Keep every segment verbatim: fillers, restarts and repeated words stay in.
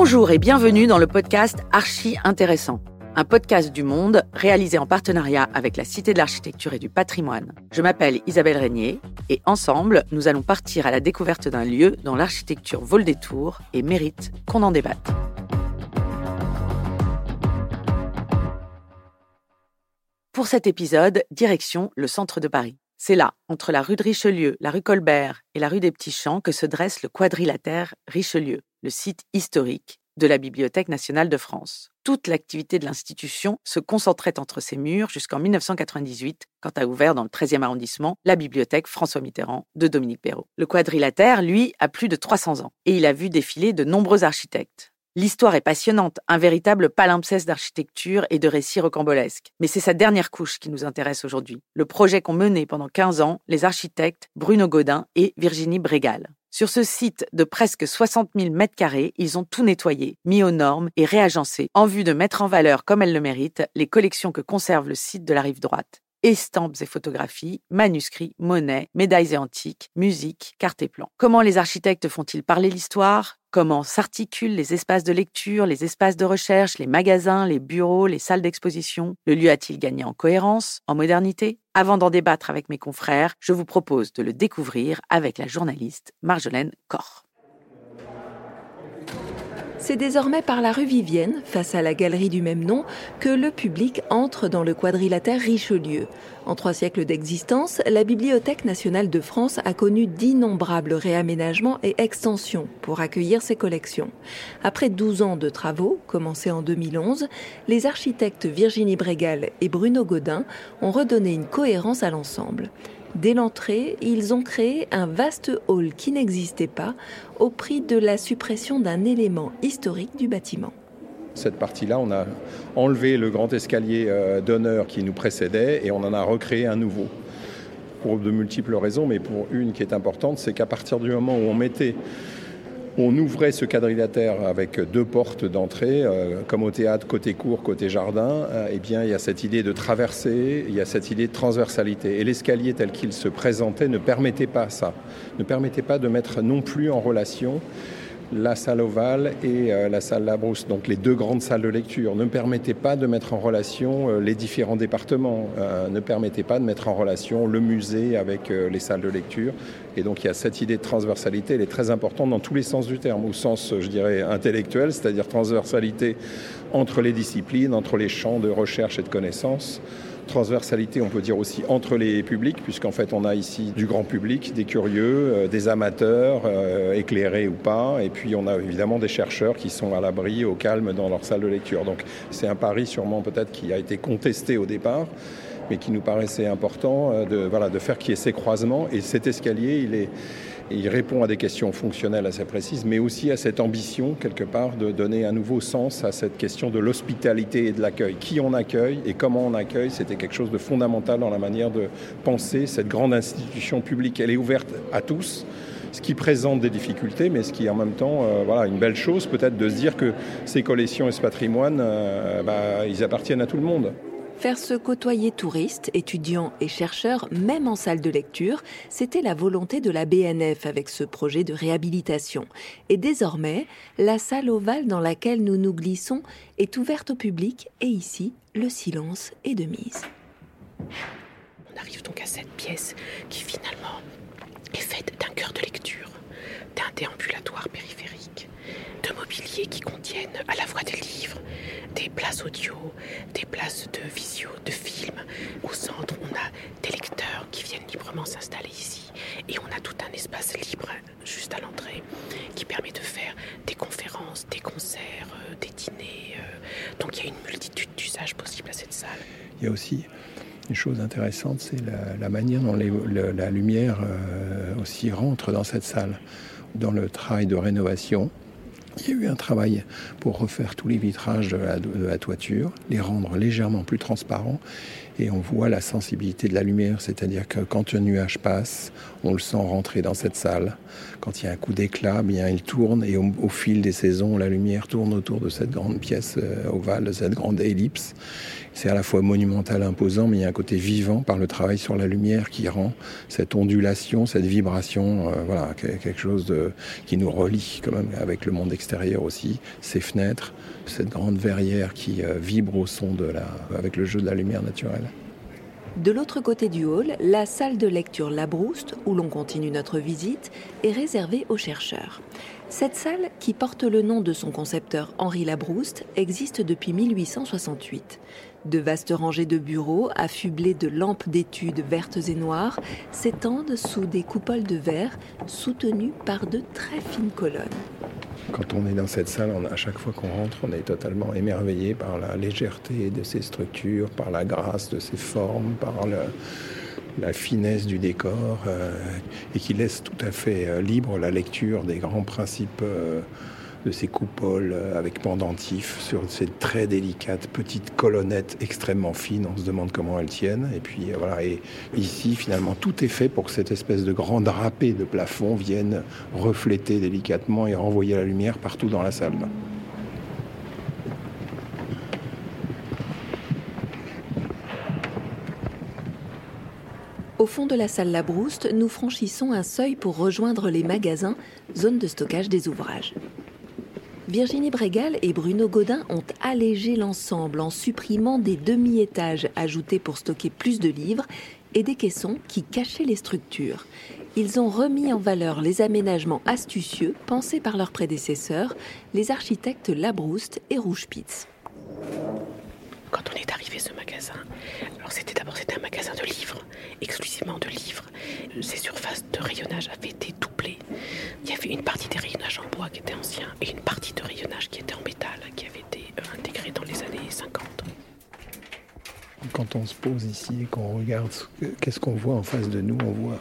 Bonjour et bienvenue dans le podcast Archi Intéressant, un podcast du Monde réalisé en partenariat avec la Cité de l'Architecture et du Patrimoine. Je m'appelle Isabelle Régnier et ensemble, nous allons partir à la découverte d'un lieu dont l'architecture vaut le détour et mérite qu'on en débatte. Pour cet épisode, direction le centre de Paris. C'est là, entre la rue de Richelieu, la rue Colbert et la rue des Petits Champs, que se dresse le quadrilatère Richelieu, le site historique de la Bibliothèque nationale de France. Toute l'activité de l'institution se concentrait entre ses murs jusqu'en dix-neuf cent quatre-vingt-dix-huit, quand a ouvert dans le treizième arrondissement la bibliothèque François Mitterrand de Dominique Perrault. Le quadrilatère, lui, a plus de trois cents ans et il a vu défiler de nombreux architectes. L'histoire est passionnante, un véritable palimpseste d'architecture et de récits rocambolesques. Mais c'est sa dernière couche qui nous intéresse aujourd'hui. Le projet qu'ont mené pendant quinze ans les architectes Bruno Gaudin et Virginie Brégal. Sur ce site de presque soixante mille mètres carrés, ils ont tout nettoyé, mis aux normes et réagencé en vue de mettre en valeur, comme elles le méritent, les collections que conserve le site de la rive droite. Estampes et photographies, manuscrits, monnaies, médailles et antiques, musique, cartes et plans. Comment les architectes font-ils parler l'histoire ? Comment s'articulent les espaces de lecture, les espaces de recherche, les magasins, les bureaux, les salles d'exposition ? Le lieu a-t-il gagné en cohérence, en modernité ? Avant d'en débattre avec mes confrères, je vous propose de le découvrir avec la journaliste Marjolaine Corr. C'est désormais par la rue Vivienne, face à la galerie du même nom, que le public entre dans le quadrilatère Richelieu. En trois siècles d'existence, la Bibliothèque nationale de France a connu d'innombrables réaménagements et extensions pour accueillir ses collections. Après douze ans de travaux, commencés en deux mille onze, les architectes Virginie Brégal et Bruno Gaudin ont redonné une cohérence à l'ensemble. Dès l'entrée, ils ont créé un vaste hall qui n'existait pas, au prix de la suppression d'un élément historique du bâtiment. Cette partie-là, on a enlevé le grand escalier d'honneur qui nous précédait et on en a recréé un nouveau. Pour de multiples raisons, mais pour une qui est importante, c'est qu'à partir du moment où on mettait On ouvrait ce quadrilatère avec deux portes d'entrée, euh, comme au théâtre, côté cour, côté jardin. Euh, eh bien, il y a cette idée de traversée, il y a cette idée de transversalité. Et l'escalier tel qu'il se présentait ne permettait pas ça, ne permettait pas de mettre non plus en relation la salle ovale et euh, la salle Labrousse, donc les deux grandes salles de lecture, ne permettaient pas de mettre en relation euh, les différents départements, euh, ne permettaient pas de mettre en relation le musée avec euh, les salles de lecture. Et donc il y a cette idée de transversalité, elle est très importante dans tous les sens du terme, au sens, je dirais, intellectuel, c'est-à-dire transversalité entre les disciplines, entre les champs de recherche et de connaissances. Transversalité, on peut dire aussi entre les publics, puisqu'en fait on a ici du grand public, des curieux, euh, des amateurs, euh, éclairés ou pas, et puis on a évidemment des chercheurs qui sont à l'abri, au calme dans leur salle de lecture. Donc c'est un pari sûrement peut-être qui a été contesté au départ, mais qui nous paraissait important euh, de, voilà, de faire qu'il y ait ces croisements. Et cet escalier, il est... Il répond à des questions fonctionnelles assez précises, mais aussi à cette ambition, quelque part, de donner un nouveau sens à cette question de l'hospitalité et de l'accueil. Qui on accueille et comment on accueille, c'était quelque chose de fondamental dans la manière de penser cette grande institution publique. Elle est ouverte à tous, ce qui présente des difficultés, mais ce qui est en même temps euh, voilà, une belle chose, peut-être de se dire que ces collections et ce patrimoine, euh, bah, ils appartiennent à tout le monde. Faire se côtoyer touristes, étudiants et chercheurs, même en salle de lecture, c'était la volonté de la B N F avec ce projet de réhabilitation. Et désormais, la salle ovale dans laquelle nous nous glissons est ouverte au public et ici, le silence est de mise. On arrive donc à cette pièce qui finalement est faite d'un cœur de lecture, d'un déambulatoire périphérique, de mobilier qui contiennent à la fois des livres, des places audio, des places de visio, de films. Au centre, on a des lecteurs qui viennent librement s'installer ici. Et on a tout un espace libre juste à l'entrée qui permet de faire des conférences, des concerts, euh, des dîners. Euh. Donc il y a une multitude d'usages possibles à cette salle. Il y a aussi une chose intéressante, c'est la, la manière dont les, le, la lumière euh, aussi rentre dans cette salle. Dans le travail de rénovation, il y a eu un travail pour refaire tous les vitrages de la, de la toiture, les rendre légèrement plus transparents et on voit la sensibilité de la lumière, c'est-à-dire que quand un nuage passe, on le sent rentrer dans cette salle. Quand il y a un coup d'éclat, bien il tourne et au, au fil des saisons, la lumière tourne autour de cette grande pièce euh, ovale, de cette grande ellipse. C'est à la fois monumental, imposant, mais il y a un côté vivant par le travail sur la lumière qui rend cette ondulation, cette vibration, euh, voilà, quelque chose de, qui nous relie quand même avec le monde extérieur aussi. Ces fenêtres, cette grande verrière qui euh, vibre au son de la, avec le jeu de la lumière naturelle. De l'autre côté du hall, la salle de lecture Labrouste, où l'on continue notre visite, est réservée aux chercheurs. Cette salle, qui porte le nom de son concepteur Henri Labrouste, existe depuis mille huit cent soixante-huit. De vastes rangées de bureaux, affublés de lampes d'études vertes et noires, s'étendent sous des coupoles de verre, soutenues par de très fines colonnes. Quand on est dans cette salle, on, à chaque fois qu'on rentre, on est totalement émerveillé par la légèreté de ces structures, par la grâce de ces formes, par le, la finesse du décor, euh, et qui laisse tout à fait euh, libre la lecture des grands principes euh, de ces coupoles euh, avec pendentifs sur ces très délicates petites colonnettes extrêmement fines. On se demande comment elles tiennent. Et puis euh, voilà. Et ici, finalement, tout est fait pour que cette espèce de grand drapé de plafond vienne refléter délicatement et renvoyer la lumière partout dans la salle. Au fond de la salle Labrouste, nous franchissons un seuil pour rejoindre les magasins, zone de stockage des ouvrages. Virginie Brégal et Bruno Gaudin ont allégé l'ensemble en supprimant des demi-étages ajoutés pour stocker plus de livres et des caissons qui cachaient les structures. Ils ont remis en valeur les aménagements astucieux pensés par leurs prédécesseurs, les architectes Labrouste et Rouge-Pitz. Quand on est arrivé à ce magasin, alors c'était d'abord c'était un magasin de livres, exclusivement de livres. Ces surfaces de rayonnage avaient été doublées. Il y avait une partie des rayonnages en bois qui était ancien et une partie de rayonnage qui était en métal, qui avait été euh, intégrée dans les années cinquante. Quand on se pose ici et qu'on regarde, qu'est-ce qu'on voit en face de nous ? On voit,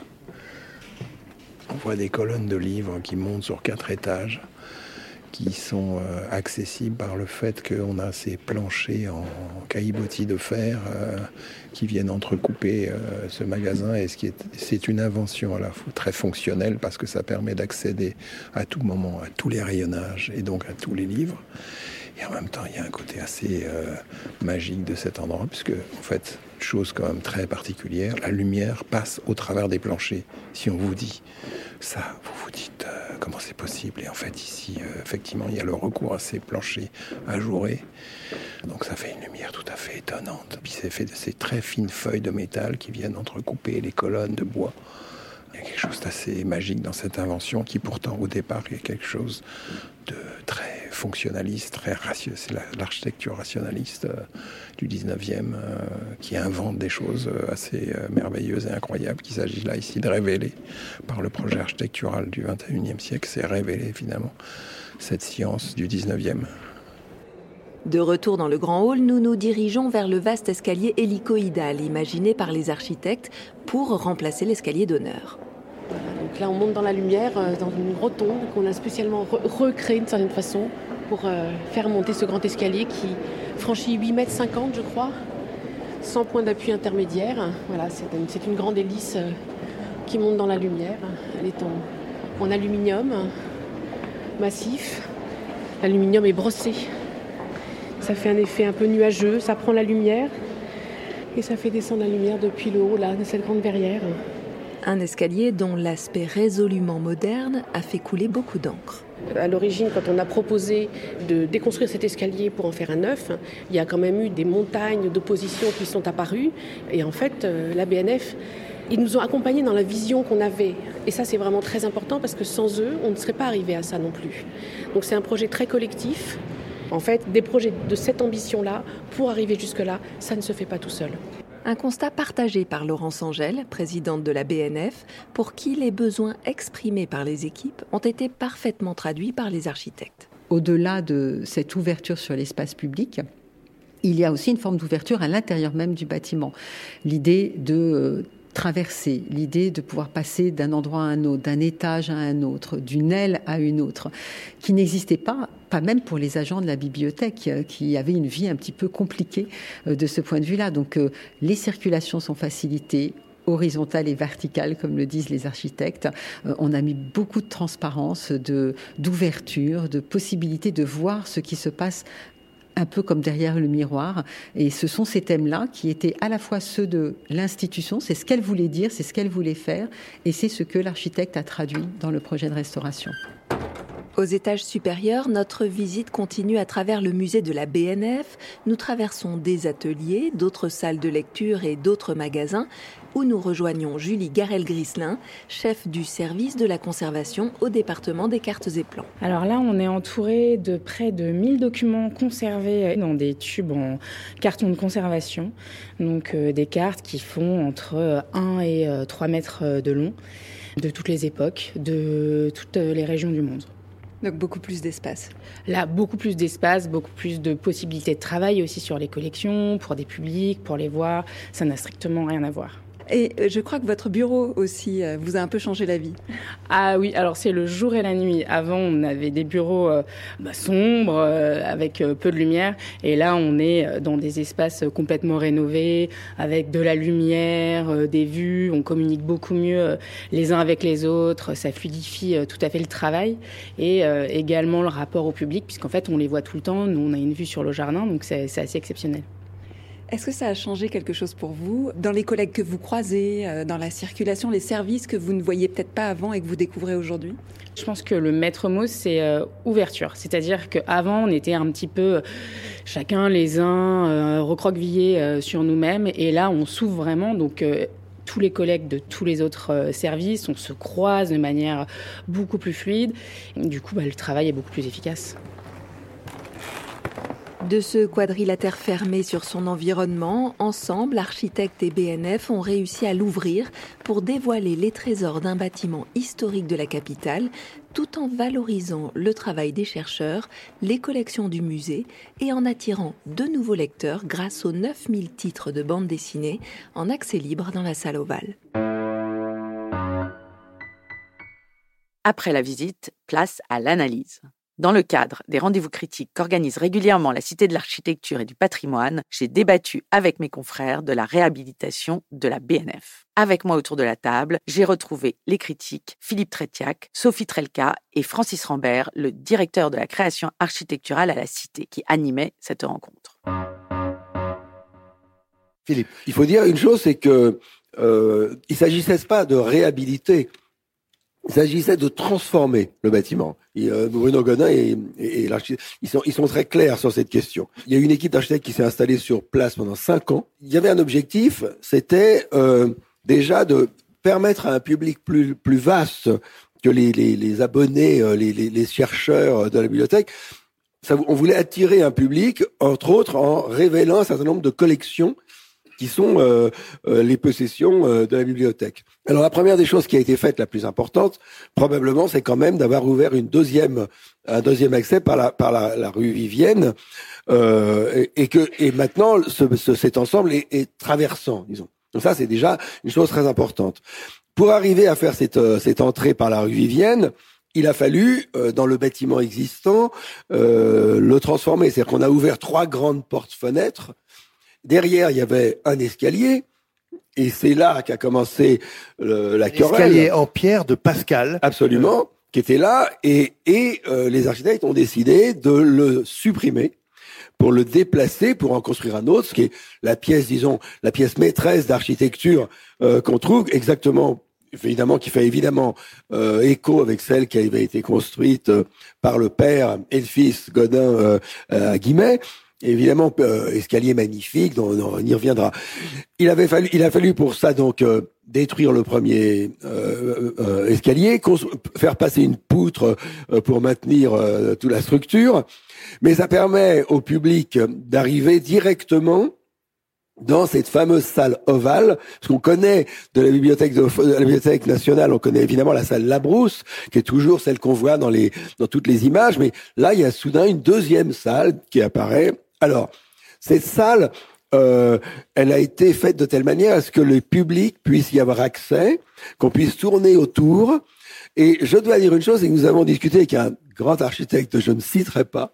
on voit des colonnes de livres qui montent sur quatre étages, qui sont euh, accessibles par le fait qu'on a ces planchers en, en caillebotis de fer euh, qui viennent entrecouper euh, ce magasin. Et ce qui est, c'est une invention à la fois très fonctionnelle parce que ça permet d'accéder à tout moment à tous les rayonnages et donc à tous les livres. Et en même temps, il y a un côté assez euh, magique de cet endroit, puisque, en fait, une chose quand même très particulière, la lumière passe au travers des planchers. Si on vous dit ça, vous vous dites euh, comment c'est possible. Et en fait, ici, euh, effectivement, il y a le recours à ces planchers ajourés. Donc ça fait une lumière tout à fait étonnante. Puis c'est fait de ces très fines feuilles de métal qui viennent entrecouper les colonnes de bois. Il y a quelque chose d'assez magique dans cette invention qui pourtant au départ est quelque chose de très fonctionnaliste, très rationnel. C'est la, l'architecture rationaliste euh, du dix-neuvième euh, qui invente des choses euh, assez euh, merveilleuses et incroyables qu'il s'agit là ici de révéler par le projet architectural du vingt et unième siècle. C'est révéler finalement cette science du dix-neuvième. De retour dans le grand hall, nous nous dirigeons vers le vaste escalier hélicoïdal imaginé par les architectes pour remplacer l'escalier d'honneur. Donc là, on monte dans la lumière, euh, dans une rotonde qu'on a spécialement re- recréée d'une certaine façon pour euh, faire monter ce grand escalier qui franchit huit mètres cinquante, je crois, sans point d'appui intermédiaire. Voilà, c'est une, c'est une grande hélice euh, qui monte dans la lumière. Elle est en, en aluminium massif. L'aluminium est brossé. Ça fait un effet un peu nuageux, ça prend la lumière et ça fait descendre la lumière depuis le haut là, de cette grande verrière. Un escalier dont l'aspect résolument moderne a fait couler beaucoup d'encre. À l'origine, quand on a proposé de déconstruire cet escalier pour en faire un neuf, il y a quand même eu des montagnes d'opposition qui sont apparues. Et en fait, la B N F, ils nous ont accompagnés dans la vision qu'on avait. Et ça, c'est vraiment très important parce que sans eux, on ne serait pas arrivé à ça non plus. Donc c'est un projet très collectif. En fait, des projets de cette ambition-là, pour arriver jusque-là, ça ne se fait pas tout seul. Un constat partagé par Laurence Angèle, présidente de la B N F, pour qui les besoins exprimés par les équipes ont été parfaitement traduits par les architectes. Au-delà de cette ouverture sur l'espace public, il y a aussi une forme d'ouverture à l'intérieur même du bâtiment. L'idée de traverser, l'idée de pouvoir passer d'un endroit à un autre, d'un étage à un autre, d'une aile à une autre, qui n'existait pas, pas même pour les agents de la bibliothèque, qui avaient une vie un petit peu compliquée de ce point de vue-là. Donc les circulations sont facilitées, horizontale et verticale, comme le disent les architectes. Euh, on a mis beaucoup de transparence, de, d'ouverture, de possibilité de voir ce qui se passe un peu comme derrière le miroir. Et ce sont ces thèmes-là qui étaient à la fois ceux de l'institution, c'est ce qu'elle voulait dire, c'est ce qu'elle voulait faire, et c'est ce que l'architecte a traduit dans le projet de restauration. Aux étages supérieurs, notre visite continue à travers le musée de la B N F. Nous traversons des ateliers, d'autres salles de lecture et d'autres magasins où nous rejoignons Julie Garel-Grislin, chef du service de la conservation au département des cartes et plans. Alors là, on est entouré de près de mille documents conservés dans des tubes en carton de conservation. Donc euh, des cartes qui font entre un et trois mètres de long, de toutes les époques, de toutes les régions du monde. Donc beaucoup plus d'espace. Là, beaucoup plus d'espace, beaucoup plus de possibilités de travail aussi sur les collections, pour des publics, pour les voir. Ça n'a strictement rien à voir. Et je crois que votre bureau aussi vous a un peu changé la vie. Ah oui, alors c'est le jour et la nuit. Avant, on avait des bureaux euh, bah, sombres, euh, avec euh, peu de lumière. Et là, on est dans des espaces complètement rénovés, avec de la lumière, euh, des vues. On communique beaucoup mieux euh, les uns avec les autres. Ça fluidifie euh, tout à fait le travail. Et euh, également le rapport au public, puisqu'en fait, on les voit tout le temps. Nous, on a une vue sur le jardin, donc c'est, c'est assez exceptionnel. Est-ce que ça a changé quelque chose pour vous dans les collègues que vous croisez, dans la circulation, les services que vous ne voyiez peut-être pas avant et que vous découvrez aujourd'hui ? Je pense que le maître mot, c'est euh, ouverture. C'est-à-dire qu'avant, on était un petit peu chacun les uns euh, recroquevillés euh, sur nous-mêmes. Et là, on s'ouvre vraiment. Donc, euh, tous les collègues de tous les autres euh, services, on se croise de manière beaucoup plus fluide. Du coup, bah, le travail est beaucoup plus efficace. De ce quadrilatère fermé sur son environnement, ensemble, architectes et B N F ont réussi à l'ouvrir pour dévoiler les trésors d'un bâtiment historique de la capitale, tout en valorisant le travail des chercheurs, les collections du musée et en attirant de nouveaux lecteurs grâce aux neuf mille titres de bande dessinée en accès libre dans la salle ovale. Après la visite, place à l'analyse. Dans le cadre des rendez-vous critiques qu'organise régulièrement la Cité de l'Architecture et du Patrimoine, j'ai débattu avec mes confrères de la réhabilitation de la B N F. Avec moi autour de la table, j'ai retrouvé les critiques Philippe Trétiac, Sophie Trelka et Francis Rambert, le directeur de la création architecturale à la Cité, qui animait cette rencontre. Philippe, il faut dire une chose, c'est que euh, il ne s'agissait pas de réhabiliter. Il s'agissait de transformer le bâtiment. Et, euh, Bruno Godin et, et, et l'architecte, ils sont, ils sont très clairs sur cette question. Il y a une équipe d'architectes qui s'est installée sur place pendant cinq ans. Il y avait un objectif, c'était euh, déjà de permettre à un public plus, plus vaste que les, les, les abonnés, les, les, les chercheurs de la bibliothèque. Ça, on voulait attirer un public, entre autres, en révélant un certain nombre de collections qui sont euh, euh, les possessions euh, de la bibliothèque. Alors la première des choses qui a été faite, la plus importante, probablement, c'est quand même d'avoir ouvert une deuxième, un deuxième accès par la par la, la rue Vivienne, euh, et, et que et maintenant ce, ce, cet ensemble est, est traversant, disons. Donc ça, c'est déjà une chose très importante. Pour arriver à faire cette euh, cette entrée par la rue Vivienne, il a fallu, euh, dans le bâtiment existant, euh, le transformer. C'est-à-dire qu'on a ouvert trois grandes portes-fenêtres. Derrière, il y avait un escalier, et c'est là qu'a commencé euh, la querelle. L'escalier en pierre de Pascal. Absolument, qui était là, et, et euh, les architectes ont décidé de le supprimer pour le déplacer, pour en construire un autre, ce qui est la pièce, disons, la pièce maîtresse d'architecture euh, qu'on trouve exactement, évidemment, qui fait évidemment euh, écho avec celle qui avait été construite euh, par le père et le fils Godin euh, à Guimet. Évidemment, euh, escalier magnifique, dont, dont on y reviendra. Il avait fallu, il a fallu pour ça donc euh, détruire le premier euh, euh, escalier, cons- faire passer une poutre euh, pour maintenir euh, toute la structure, mais ça permet au public d'arriver directement dans cette fameuse salle ovale, parce qu'on connaît de la bibliothèque de, de la bibliothèque nationale, on connaît évidemment la salle Labrousse, qui est toujours celle qu'on voit dans les dans toutes les images, mais là il y a soudain une deuxième salle qui apparaît. Alors cette salle, euh, elle a été faite de telle manière à ce que le public puisse y avoir accès, qu'on puisse tourner autour. Et je dois dire une chose, c'est que nous avons discuté avec un grand architecte, je ne citerai pas,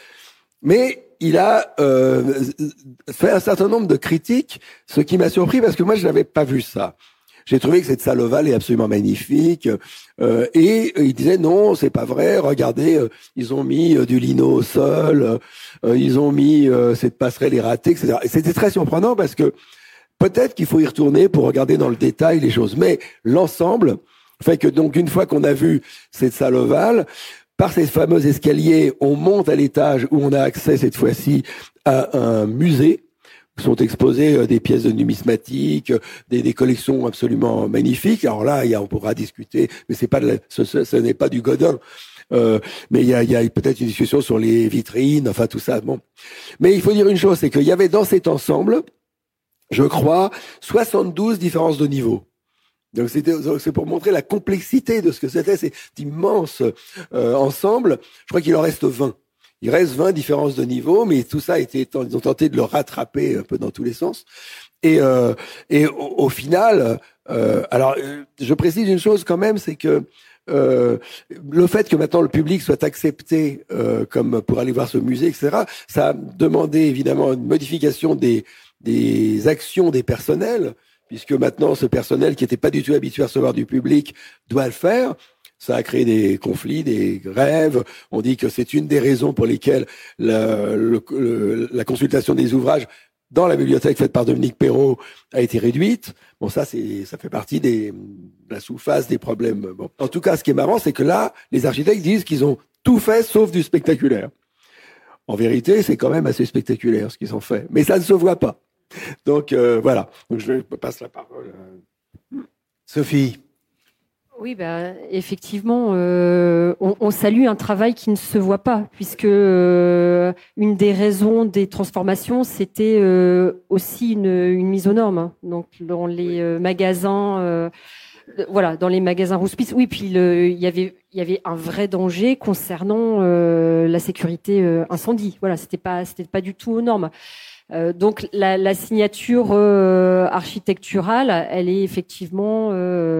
mais il a euh, fait un certain nombre de critiques, ce qui m'a surpris parce que moi je n'avais pas vu ça. J'ai trouvé que cette salle ovale est absolument magnifique, euh, et il disait non, c'est pas vrai. Regardez, euh, ils ont mis euh, du lino au sol, euh, ils ont mis euh, cette passerelle est ratée, et cetera. Et c'était très surprenant parce que peut-être qu'il faut y retourner pour regarder dans le détail les choses, mais l'ensemble fait que donc une fois qu'on a vu cette salle ovale, par ces fameux escaliers, on monte à l'étage où on a accès cette fois-ci à un musée où sont exposées des pièces de numismatique, des, des collections absolument magnifiques. Alors là, il y a, on pourra discuter, mais c'est pas de la, ce, ce, ce n'est pas du Godin. Euh, mais il y a, il y a peut-être une discussion sur les vitrines, enfin tout ça. Bon, mais il faut dire une chose, c'est qu'il y avait dans cet ensemble, je crois, soixante-douze différences de niveau. Donc c'était, c'est pour montrer la complexité de ce que c'était cet immense euh, ensemble. Je crois qu'il en reste vingt. Il reste vingt différences de niveau, mais tout ça a été, ils ont tenté de le rattraper un peu dans tous les sens. Et, euh, et au, au final, euh, alors je précise une chose quand même, c'est que euh, le fait que maintenant le public soit accepté euh, comme pour aller voir ce musée, et cetera, ça a demandé évidemment une modification des, des actions des personnels, puisque maintenant, ce personnel qui n'était pas du tout habitué à recevoir du public doit le faire. Ça a créé des conflits, des grèves. On dit que c'est une des raisons pour lesquelles la, le, le, la consultation des ouvrages dans la bibliothèque faite par Dominique Perrault a été réduite. Bon, ça, c'est, ça fait partie des, de la sous-face des problèmes. Bon. En tout cas, ce qui est marrant, c'est que là, les architectes disent qu'ils ont tout fait sauf du spectaculaire. En vérité, c'est quand même assez spectaculaire ce qu'ils ont fait. Mais ça ne se voit pas. Donc euh, voilà, donc je passe la parole à Sophie. Oui, bah, effectivement, euh, on, on salue un travail qui ne se voit pas, puisque euh, une des raisons des transformations, c'était euh, aussi une, une mise aux normes. Hein. Donc dans les euh, magasins, euh, voilà, dans les magasins Rouspice, oui, puis le, il y avait, il y avait un vrai danger concernant euh, la sécurité euh, incendie. Voilà, c'était pas, c'était pas du tout aux normes. Euh, donc la, la signature euh, architecturale, elle est effectivement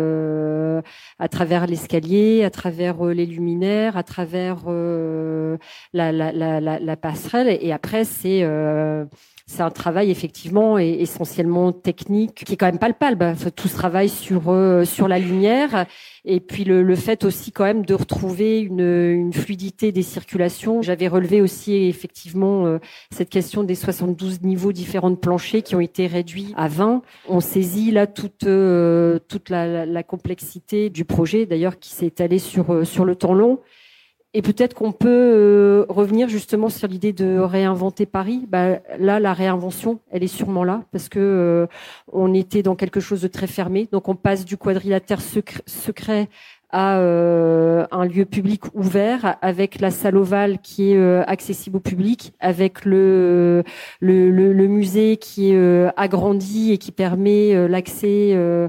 euh, à travers l'escalier, à travers euh, les luminaires, à travers euh, la, la, la, la, la passerelle. Et après, c'est euh, c'est un travail effectivement et essentiellement technique qui est quand même palpable. Tout ce travail sur euh, sur la lumière. Et puis le, le fait aussi quand même de retrouver une, une fluidité des circulations. J'avais relevé aussi effectivement euh, cette question des soixante-douze niveaux différents de planchers qui ont été réduits à vingt. On saisit là toute euh, toute la, la, la complexité du projet, d'ailleurs qui s'est étalée sur euh, sur le temps long. Et peut-être qu'on peut euh, revenir justement sur l'idée de réinventer Paris. Bah, là, la réinvention, elle est sûrement là, parce que euh, on était dans quelque chose de très fermé. Donc, on passe du quadrilatère secret, secret à euh, un lieu public ouvert, avec la salle ovale qui est euh, accessible au public, avec le le, le, le musée qui est euh, agrandi et qui permet euh, l'accès euh,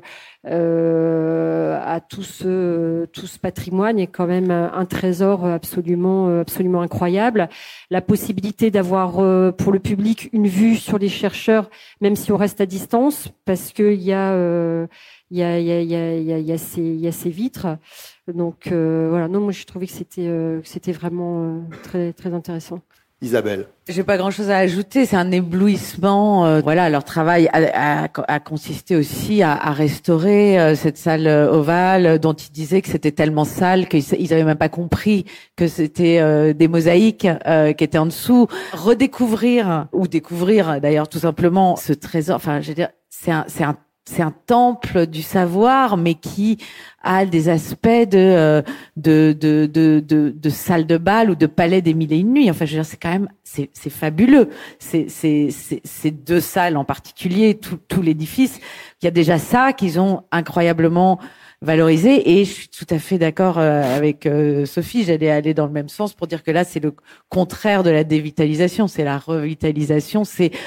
Euh, à tout ce tout ce patrimoine est quand même un trésor absolument absolument incroyable. La possibilité d'avoir euh, pour le public une vue sur les chercheurs, même si on reste à distance, parce que il y a euh, il y a il y a il y a il y a, il y a ces il y a ces vitres. Donc euh, voilà, non, moi je trouvais que c'était euh, que c'était vraiment euh, très très intéressant. Isabelle. J'ai pas grand-chose à ajouter. C'est un éblouissement. Euh, voilà, leur travail a, a, a consisté aussi à, à restaurer euh, cette salle ovale dont ils disaient que c'était tellement sale qu'ils ils avaient même pas compris que c'était euh, des mosaïques euh, qui étaient en dessous. Redécouvrir ou découvrir d'ailleurs tout simplement ce trésor. Enfin, je veux dire, c'est un, c'est un c'est un temple du savoir, mais qui a des aspects de de de de de, de salle de bal ou de palais des mille et une nuits. Enfin, je veux dire, c'est quand même c'est c'est fabuleux. C'est c'est c'est ces deux salles en particulier, tout tout l'édifice. Il y a déjà ça qu'ils ont incroyablement valorisé, et je suis tout à fait d'accord avec Sophie. J'allais aller dans le même sens pour dire que là, c'est le contraire de la dévitalisation, c'est la revitalisation, c'est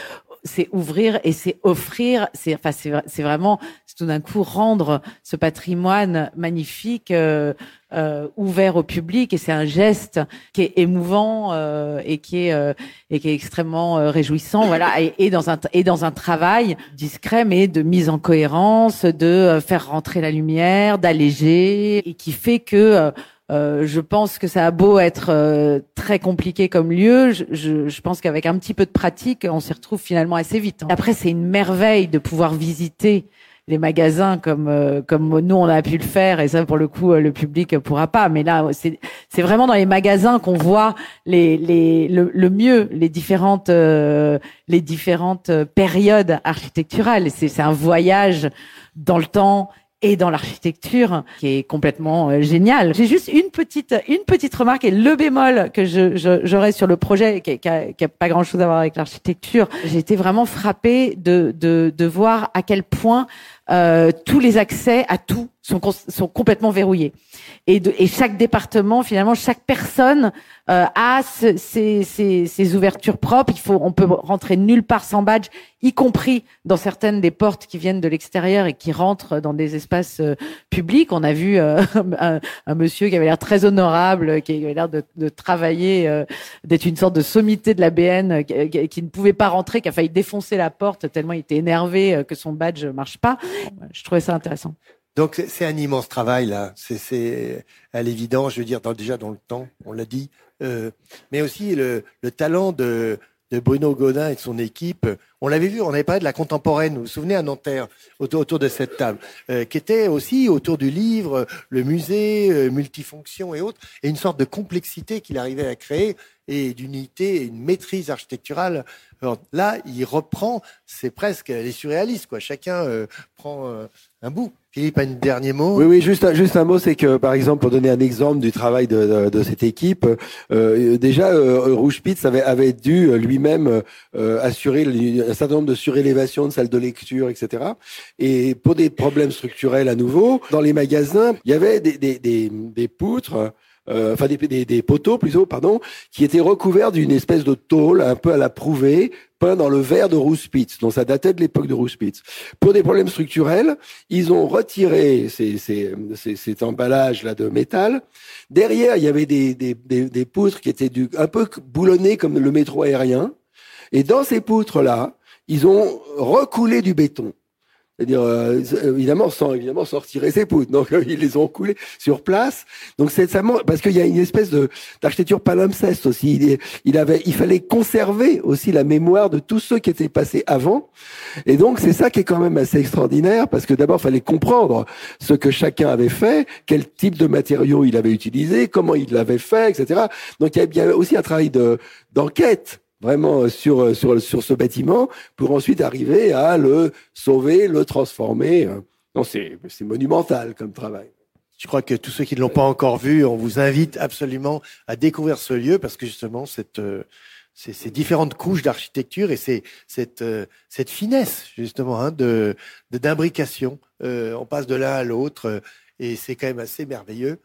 c'est ouvrir et c'est offrir, c'est, enfin, c'est, c'est vraiment, c'est tout d'un coup rendre ce patrimoine magnifique, euh, euh, ouvert au public, et c'est un geste qui est émouvant, euh, et qui est, euh, et qui est extrêmement euh, réjouissant, voilà, et, et dans un, et dans un travail discret, mais de mise en cohérence, de euh, faire rentrer la lumière, d'alléger, et qui fait que, euh, Euh, je pense que ça a beau être euh, très compliqué comme lieu, je, je, je pense qu'avec un petit peu de pratique, on s'y retrouve finalement assez vite. Après, c'est une merveille de pouvoir visiter les magasins comme euh, comme nous on a pu le faire, et ça pour le coup le public pourra pas. Mais là, c'est c'est vraiment dans les magasins qu'on voit les les le, le mieux les différentes euh, les différentes périodes architecturales. C'est c'est un voyage dans le temps et dans l'architecture qui est complètement euh, génial. J'ai juste une petite une petite remarque, et le bémol que je, je j'aurais sur le projet qui, qui, a, qui a pas grand-chose à voir avec l'architecture. J'ai été vraiment frappée de de de voir à quel point euh, tous les accès à tout sont sont complètement verrouillés. Et de, et chaque département, finalement, chaque personne euh, a ce, ses, ses, ses ouvertures propres. Il faut, on peut rentrer nulle part sans badge, y compris dans certaines des portes qui viennent de l'extérieur et qui rentrent dans des espaces euh, publics. On a vu euh, un, un monsieur qui avait l'air très honorable, qui avait l'air de, de travailler, euh, d'être une sorte de sommité de la B N, qui, qui, qui ne pouvait pas rentrer, qui a failli défoncer la porte tellement il était énervé euh, que son badge marche pas. Je trouvais ça intéressant. Donc c'est un immense travail là, c'est, c'est à l'évidence, je veux dire dans, déjà dans le temps, on l'a dit, euh, mais aussi le, le talent de, de Bruno Gaudin et de son équipe. On l'avait vu, on avait parlé de la contemporaine, vous vous souvenez, à Nanterre, autour, autour de cette table, euh, qui était aussi autour du livre, le musée, euh, multifonction et autres, et une sorte de complexité qu'il arrivait à créer, et d'unité, et une maîtrise architecturale. Alors, là, il reprend, c'est presque les surréalistes, quoi. Chacun euh, prend euh, un bout. Philippe, un dernier mot? Oui, oui, juste un, juste un mot, c'est que, par exemple, pour donner un exemple du travail de, de, de cette équipe, euh, déjà, euh, Rouge Spitz avait, avait dû lui-même euh, assurer un certain nombre de surélévations de salles de lecture, et cetera. Et pour des problèmes structurels à nouveau, dans les magasins, il y avait des, des, des, des poutres, Euh, enfin des, des, des poteaux plutôt, pardon, qui étaient recouverts d'une espèce de tôle un peu à la Prouvé, peint dans le verre de Rouge Spitz. Donc ça datait de l'époque de Rouge Spitz. Pour des problèmes structurels, ils ont retiré ces, ces, ces, cet emballage là de métal. Derrière, il y avait des, des, des, des poutres qui étaient du, un peu boulonnées comme le métro aérien. Et dans ces poutres là, ils ont recoulé du béton. C'est-à-dire, euh, évidemment, sans évidemment sans retirer ses poutres. Donc, euh, ils les ont coulés sur place. Donc, c'est ça, parce qu'il y a une espèce de d'architecture palimpseste aussi. Il, il avait, il fallait conserver aussi la mémoire de tous ceux qui étaient passés avant. Et donc, c'est ça qui est quand même assez extraordinaire, parce que d'abord, il fallait comprendre ce que chacun avait fait, quel type de matériaux il avait utilisé, comment il l'avait fait, et cetera. Donc, il y a bien aussi un travail de d'enquête. Vraiment sur sur sur ce bâtiment pour ensuite arriver à le sauver, le transformer. Non, c'est c'est monumental comme travail. Je crois que tous ceux qui ne l'ont pas encore vu, on vous invite absolument à découvrir ce lieu parce que justement cette ces, ces différentes couches d'architecture et c'est cette cette finesse justement hein, de de d'imbrication. Euh, on passe de l'un à l'autre et c'est quand même assez merveilleux.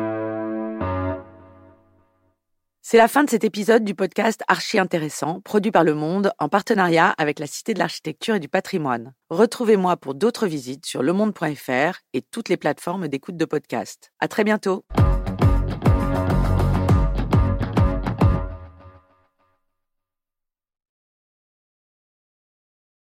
C'est la fin de cet épisode du podcast Archi Intéressant, produit par Le Monde en partenariat avec la Cité de l'Architecture et du Patrimoine. Retrouvez-moi pour d'autres visites sur lemonde point f r et toutes les plateformes d'écoute de podcast. À très bientôt.